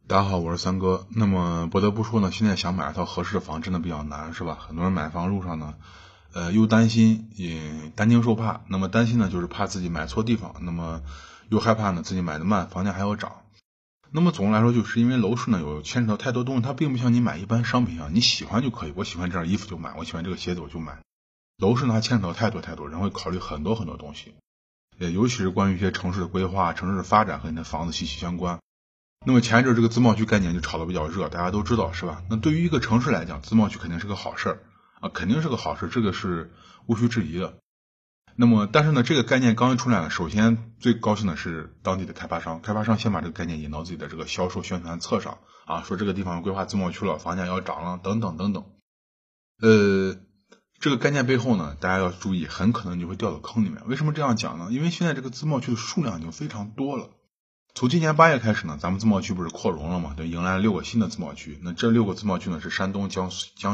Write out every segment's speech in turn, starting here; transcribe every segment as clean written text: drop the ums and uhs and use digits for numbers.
大家好，我是三哥。那么不得不说呢，现在想买一套合适的房真的比较难，是吧？很多人买房路上呢，又担心也担惊受怕。那么担心呢，就是怕自己买错地方，那么又害怕呢自己买的慢，房价还要涨。那么总的来说，就是因为楼市呢有牵扯到太多东西，它并不像你买一般商品一样，你喜欢就可以，我喜欢这件衣服就买，我喜欢这个鞋子我就买。楼市呢它牵扯到太多，人会考虑很多东西，尤其是关于一些城市的规划、城市的发展和你的房子息息相关。那么前一阵这个自贸区概念就炒得比较热，大家都知道是吧？那对于一个城市来讲，自贸区肯定是个好事啊，肯定是个好事，这个是无需质疑的。那么但是呢，这个概念刚一出来呢，首先最高兴的是当地的开发商先把这个概念引到自己的这个销售宣传册上啊，说这个地方规划自贸区了，房价要涨了，等等。这个概念背后呢，大家要注意，很可能就会掉到坑里面。为什么这样讲呢？因为现在这个自贸区的数量已经非常多了。从今年8月开始呢，咱们自贸区不是扩容了嘛？对，迎来了6个新的自贸区。那这6个自贸区呢，是山东、江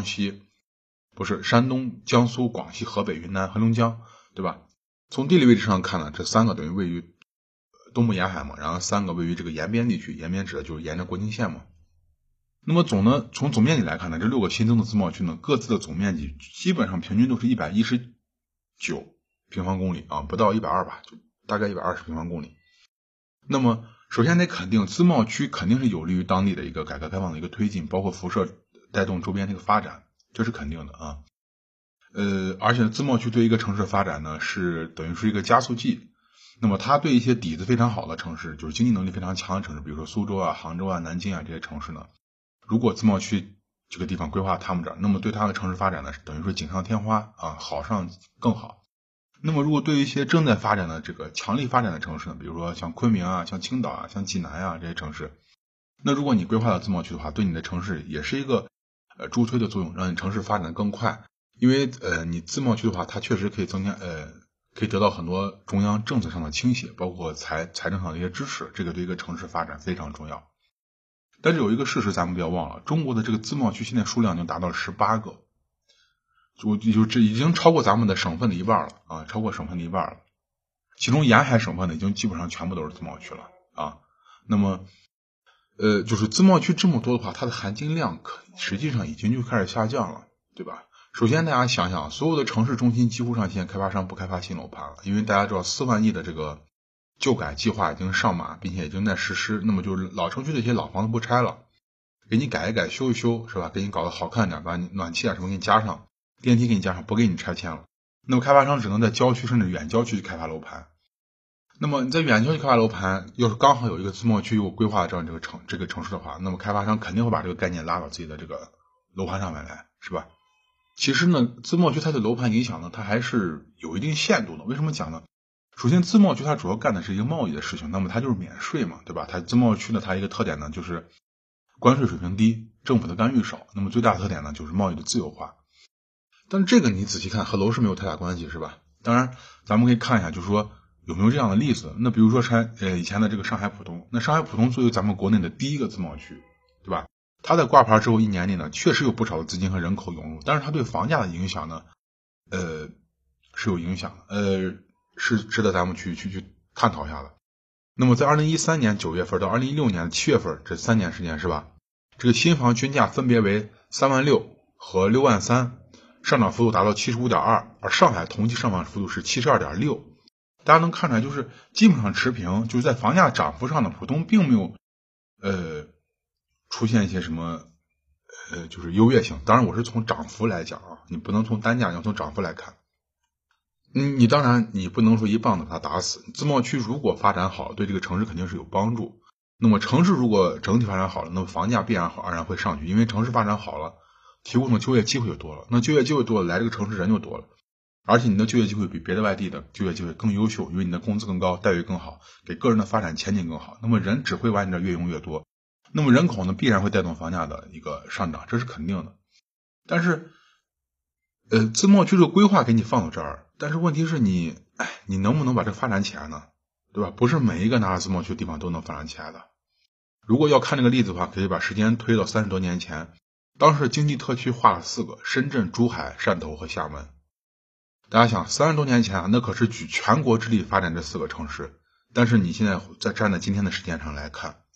苏、广西、河北、云南、黑龙江，对吧？从地理位置上看呢，这3个等于位于东部沿海嘛，然后3个位于这个沿边地区，沿边指的就是沿着国境线嘛。那么从总面积来看呢，这6个新增的自贸区呢，各自的总面积基本上平均都是119平方公里啊，不到120吧，就大概120平方公里。那么首先得肯定，自贸区肯定是有利于当地的一个改革开放的一个推进，包括辐射带动周边这个发展，这是肯定的啊。而且自贸区对一个城市的发展呢，是等于是一个加速剂。那么它对一些底子非常好的城市，就是经济能力非常强的城市，比如说苏州啊、杭州啊、南京啊这些城市呢，如果自贸区这个地方规划他们这儿，那么对它的城市发展呢，等于说锦上添花啊，好上更好。那么如果对于一些正在发展的这个强力发展的城市呢，比如说像昆明啊、像青岛啊、像济南啊这些城市，那如果你规划到自贸区的话，对你的城市也是一个助推的作用，让你城市发展更快。因为你自贸区的话，它确实可以增加可以得到很多中央政策上的倾斜，包括财政上的一些支持，这个对一个城市发展非常重要。但是有一个事实咱们不要忘了，中国的这个自贸区现在数量已经达到了18个。这已经超过咱们的省份的一半了啊，超过省份的一半了。其中沿海省份呢，已经基本上全部都是自贸区了啊。那么，就是自贸区这么多的话，它的含金量实际上已经就开始下降了，对吧？首先大家想想，所有的城市中心几乎上现在开发商不开发新楼盘了，因为大家知道4万亿的这个旧改计划已经上马，并且已经在实施。那么就是老城区的一些老房子不拆了，给你改一改、修一修，是吧？给你搞得好看点，把你暖气啊什么给你加上。电梯给你加上，不给你拆迁了。那么开发商只能在郊区甚至远郊区去开发楼盘。那么你在远郊区开发楼盘，要是刚好有一个自贸区有规划这样这个城市的话，那么开发商肯定会把这个概念拉到自己的这个楼盘上面来，是吧？其实呢，自贸区它对楼盘影响呢，它还是有一定限度的。为什么讲呢？首先，自贸区它主要干的是一个贸易的事情，那么它就是免税嘛，对吧？它自贸区呢，它一个特点呢就是关税水平低，政府的干预少。那么最大的特点呢就是贸易的自由化。但是这个你仔细看和楼市没有太大关系，是吧？当然咱们可以看一下，就是说有没有这样的例子。那比如说以前的这个上海浦东，那上海浦东作为咱们国内的第一个自贸区，对吧？它在挂牌之后1年内呢，确实有不少的资金和人口涌入，但是它对房价的影响呢，是有影响的，是值得咱们去探讨一下的。那么在2013年9月份到2016年7月份这3年时间，是吧？这个新房均价分别为36000和63000。上涨幅度达到75.2%，而上海同期上涨幅度是72.6%。大家能看出来，就是基本上持平，就是在房价涨幅上呢，浦东并没有出现一些什么就是优越性。当然我是从涨幅来讲啊，你不能从单价，要从涨幅来看。你当然你不能说一棒子把它打死。自贸区如果发展好，对这个城市肯定是有帮助。那么城市如果整体发展好了，那么房价必然而然会上去，因为城市发展好了，提供的就业机会就多了，那就业机会多了，来这个城市人就多了，而且你的就业机会比别的外地的就业机会更优秀，因为你的工资更高，待遇更好，给个人的发展前景更好，那么人只会往你这越用越多，那么人口呢必然会带动房价的一个上涨，这是肯定的。但是自贸区的规划给你放到这儿，但是问题是你能不能把这发展起来呢？对吧？不是每一个拿着自贸区的地方都能发展起来的。如果要看这个例子的话，可以把时间推到30多年前，当时经济特区划了4个：深圳、珠海、汕头和厦门。大家想，30多年前那可是举全国之力发展这4个城市，但是你现在站在今天的时间上来看，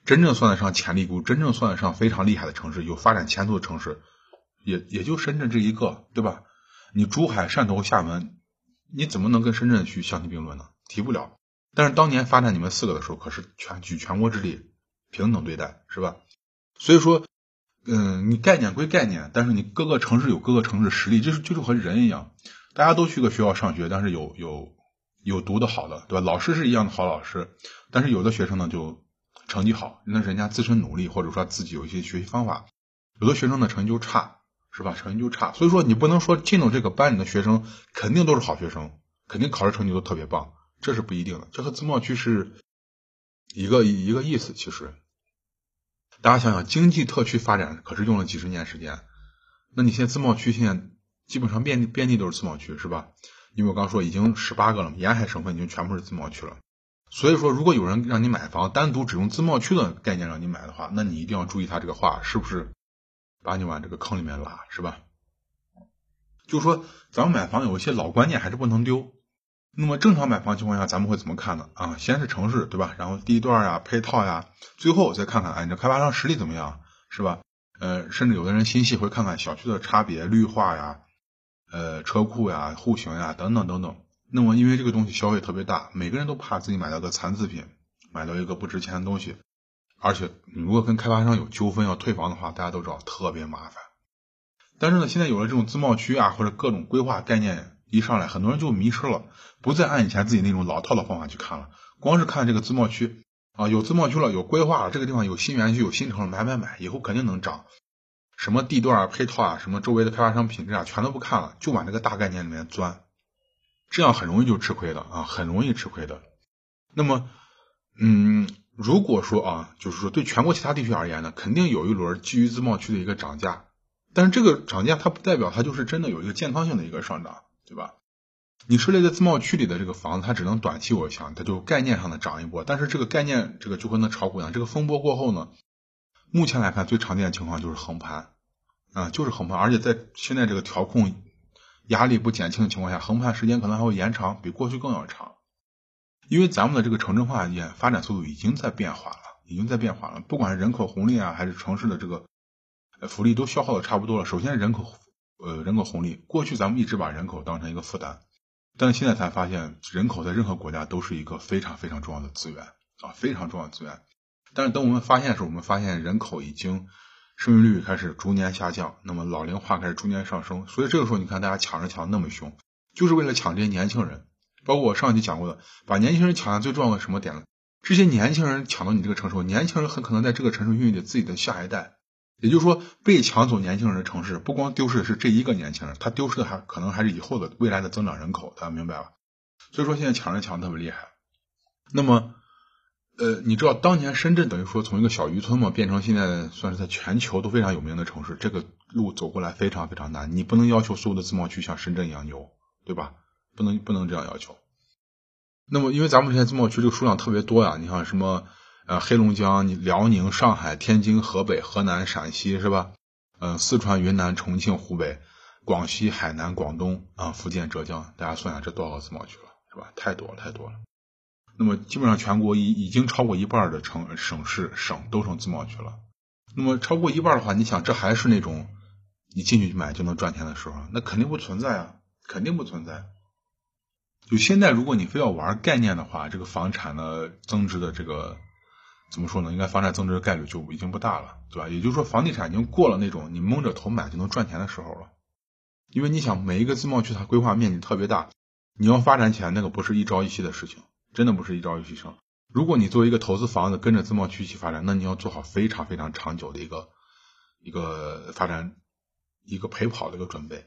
真正算得上潜力股，真正算得上非常厉害的城市，有发展前途的城市，也就深圳这一个，对吧？你珠海、汕头、厦门，你怎么能跟深圳去相提并论呢？提不了。但是当年发展你们4个的时候，可是举全国之力平等对待，是吧？所以说，你概念归概念，但是你各个城市有各个城市的实力，就是和人一样，大家都去个学校上学，但是有读的好的，对吧？老师是一样的好老师，但是有的学生呢就成绩好，那人家自身努力，或者说自己有一些学习方法，有的学生呢成绩就差，是吧？成绩就差，所以说你不能说进了这个班里的学生肯定都是好学生，肯定考试成绩都特别棒，这是不一定的。这和自贸区是一个意思。其实大家想想，经济特区发展可是用了几十年时间，那你现在自贸区现在基本上遍地都是自贸区，是吧？因为我刚说已经18个了，沿海省份已经全部是自贸区了。所以说如果有人让你买房，单独只用自贸区的概念让你买的话，那你一定要注意他这个话是不是把你往这个坑里面拉，是吧？就是说咱们买房有一些老观念还是不能丢。那么正常买房情况下咱们会怎么看呢？先是城市，对吧？然后地段呀、配套呀，最后再看看你这开发商实力怎么样，是吧？甚至有的人心细会看看小区的差别、绿化呀、车库呀、户型呀等等等等。那么因为这个东西消费特别大，每个人都怕自己买到个残次品，买到一个不值钱的东西，而且你如果跟开发商有纠纷要退房的话，大家都知道特别麻烦。但是呢，现在有了这种自贸区啊，或者各种规划概念一上来，很多人就迷失了，不再按以前自己那种老套的方法去看了，光是看这个自贸区有自贸区了，有规划了，这个地方有新园区有新城了，买，以后肯定能涨。什么地段配套什么周围的开发商品质全都不看了，就往这个大概念里面钻，这样很容易就吃亏的很容易吃亏的。那么如果说就是说对全国其他地区而言呢，肯定有一轮基于自贸区的一个涨价，但是这个涨价它不代表它就是真的有一个健康性的一个上涨，对吧？你设立在自贸区里的这个房子，它只能短期我想它就概念上的涨一波，但是这个概念这个就和那炒股一样，这个风波过后呢，目前来看最常见的情况就是横盘就是横盘，而且在现在这个调控压力不减轻的情况下，横盘时间可能还会延长，比过去更要长。因为咱们的这个城镇化发展速度已经在变化了，不管是人口红利还是城市的这个福利都消耗的差不多了。首先人口红利，过去咱们一直把人口当成一个负担，但是现在才发现人口在任何国家都是一个非常非常重要的资源非常重要的资源。但是等我们发现的时候，我们发现人口已经生育率开始逐年下降，那么老龄化开始逐年上升，所以这个时候你看大家抢那么凶，就是为了抢这些年轻人。包括我上一集讲过的，把年轻人抢的最重要的什么点呢？这些年轻人抢到你这个城市，年轻人很可能在这个城市孕育自己的下一代，也就是说被抢走年轻人的城市，不光丢失的是这一个年轻人，他丢失的可能还是以后的未来的增长人口，大家明白吧？所以说现在抢人抢得特别厉害。那么你知道当年深圳等于说从一个小渔村嘛，变成现在算是在全球都非常有名的城市，这个路走过来非常非常难，你不能要求所有的自贸区像深圳一样牛，对吧？不能这样要求。那么因为咱们现在自贸区这个数量特别多你看什么黑龙江、辽宁、上海、天津、河北、河南、陕西，是吧？四川、云南、重庆、湖北、广西、海南、广东福建、浙江，大家算一下这多少个自贸区了，是吧？太多了。那么基本上全国已经超过一半的省都成自贸区了。那么超过一半的话，你想这还是那种你进去买就能赚钱的时候，那肯定不存在肯定不存在。就现在如果你非要玩概念的话，这个房产的增值的这个怎么说呢，应该房产增值的概率就已经不大了，对吧？也就是说房地产已经过了那种你蒙着头买就能赚钱的时候了。因为你想每一个自贸区它规划面积特别大，你要发展起来那个不是一朝一夕的事情，真的不是一朝一夕生。如果你作为一个投资房子跟着自贸区一起发展，那你要做好非常非常长久的一个发展一个陪跑的准备。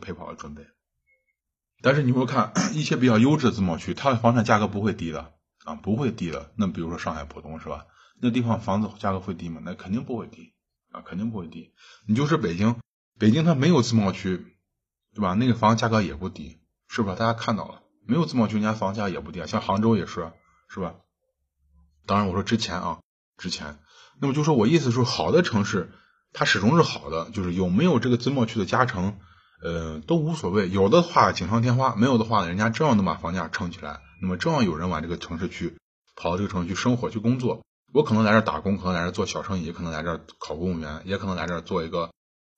但是你会看一些比较优质的自贸区，它的房产价格不会低的不会低的。那比如说上海浦东，是吧？那地方房子价格会低吗？那肯定不会低肯定不会低。你就是北京它没有自贸区，对吧？那个房价格也不低，是吧？大家看到了，没有自贸区人家房价也不低像杭州也是吧？当然我说之前那么就说我意思是好的城市它始终是好的，就是有没有这个自贸区的加成都无所谓，有的话锦上添花，没有的话人家照样能把房价撑起来。那么照样有人往这个城市去跑到这个城市去生活去工作， 我可能来这儿打工，可能来这儿做小生意，也可能来这儿考公务员，也可能来这儿做一个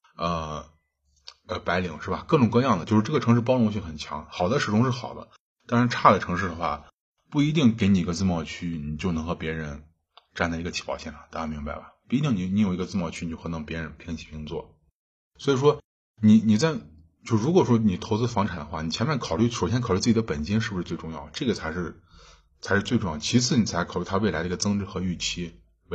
白领，是吧？各种各样的，就是这个城市包容性很强，好的始终是好的，但是差的城市的话，不一定给你一个自贸区，你就能和别人站在一个起跑线上，大家明白吧？不一定你有一个自贸区，你就和别人平起平坐。所以说，你在就如果说你投资房产的话，你前面首先考虑自己的本金是不是最重要，这个才是最重要。其次，你才考虑它未来的一个增值和预期，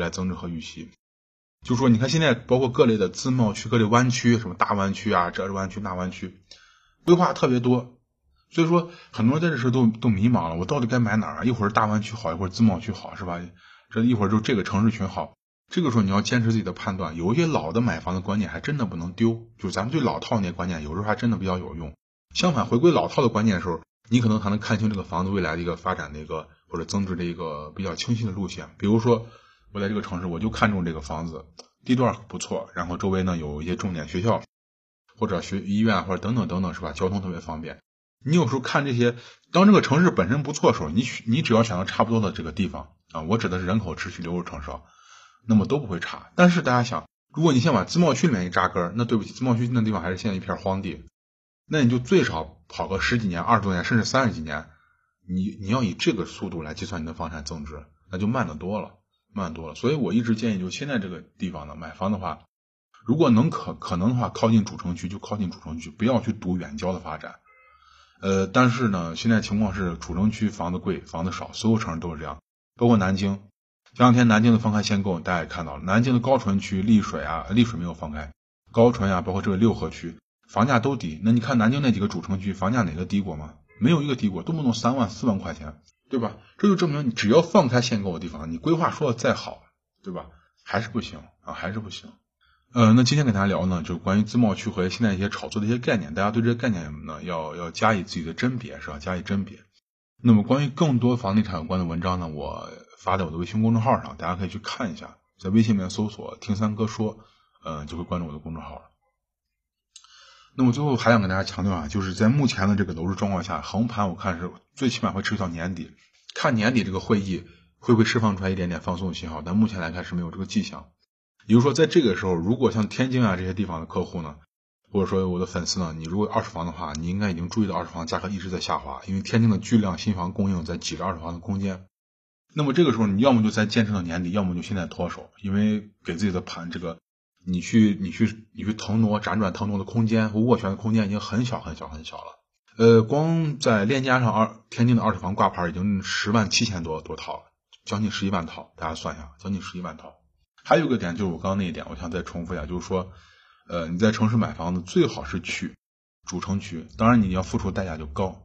就是说，你看现在包括各类的自贸区、各类湾区，什么大湾区啊、这湾区、那湾区，规划特别多。所以说，很多人在这时候都迷茫了，我到底该买哪儿啊？一会儿大湾区好，一会儿自贸区好，是吧？这一会儿就这个城市群好。这个时候你要坚持自己的判断，有一些老的买房的观念还真的不能丢，就咱们对老套那些观念，有时候还真的比较有用。相反，回归老套的观念的时候，你可能还能看清这个房子未来的一个发展的一个或者增值的一个比较清晰的路线。比如说，我在这个城市，我就看中这个房子，地段不错，然后周围呢有一些重点学校或者医院或者等等等等，是吧？交通特别方便。你有时候看这些，当这个城市本身不错的时候，你只要选到差不多的这个地方啊，我指的是人口持续流入城市，那么都不会差。但是大家想，如果你先往自贸区里面一扎根，那对不起，自贸区那地方还是现在一片荒地，那你就最少跑个10几年、20多年，甚至30几年，你要以这个速度来计算你的房产增值，那就慢得多了。所以我一直建议，就现在这个地方呢，买房的话，如果可能的话，靠近主城区就靠近主城区，不要去赌远郊的发展。但是呢，现在情况是主城区房子贵，房子少，所有城市都是这样，包括南京。前两天南京的放开限购，大家也看到了，南京的高淳区、丽水没有放开，高淳包括这个六合区，房价都低。那你看南京那几个主城区，房价哪个低过吗？没有一个低过，动不动3万、4万块钱，对吧？这就证明你只要放开限购的地方，你规划说的再好，对吧？还是不行。那今天给大家聊呢，就是关于自贸区和现在一些炒作的一些概念，大家对这些概念呢要加以自己的甄别，是吧？加以甄别。那么关于更多房地产有关的文章呢，我发在我的微信公众号上，大家可以去看一下，在微信里面搜索听三哥说，就会关注我的公众号了。那么最后还想跟大家强调啊，就是在目前的这个楼市状况下，横盘我看是最起码会持续到年底，看年底这个会议会不会释放出来一点点放松的信号，但目前来看是没有这个迹象。也就是说，在这个时候，如果像天津啊这些地方的客户呢，或者说我的粉丝呢，你如果二手房的话，你应该已经注意到二手房价格一直在下滑，因为天津的巨量新房供应在挤着二手房的空间。那么这个时候，你要么就再坚持到年底，要么就现在脱手，因为给自己的你去腾挪辗转腾挪的空间和斡旋的空间已经很小了。光在链家上天津的二手房挂牌已经10.7万多套了，将近11万套，大家算一下，将近11万套。还有一个点就是我刚刚那一点，我想再重复一下，就是说，你在城市买房子最好是去主城区，当然你要付出代价就高，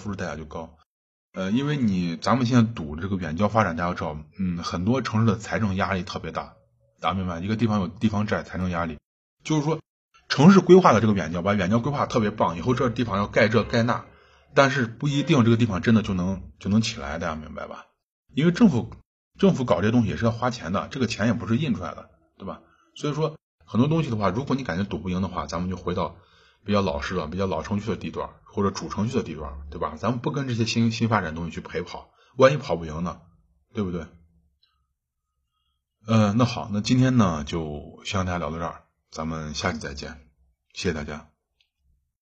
因为咱们现在赌这个远郊发展，大家要知道，很多城市的财政压力特别大，大家明白？一个地方有地方债，财政压力，就是说，城市规划的这个远郊，把远郊规划特别棒，以后这地方要盖这盖那，但是不一定这个地方真的就能起来，大家明白吧？因为政府搞这些东西也是要花钱的，这个钱也不是印出来的，对吧？所以说很多东西的话，如果你感觉赌不赢的话，咱们就回到比较老式的、比较老城区的地段或者主城区的地段，对吧？咱们不跟这些新发展的东西去陪跑，万一跑不赢呢，对不对？那好，那今天呢就先跟大家聊到这儿，咱们下期再见，谢谢大家。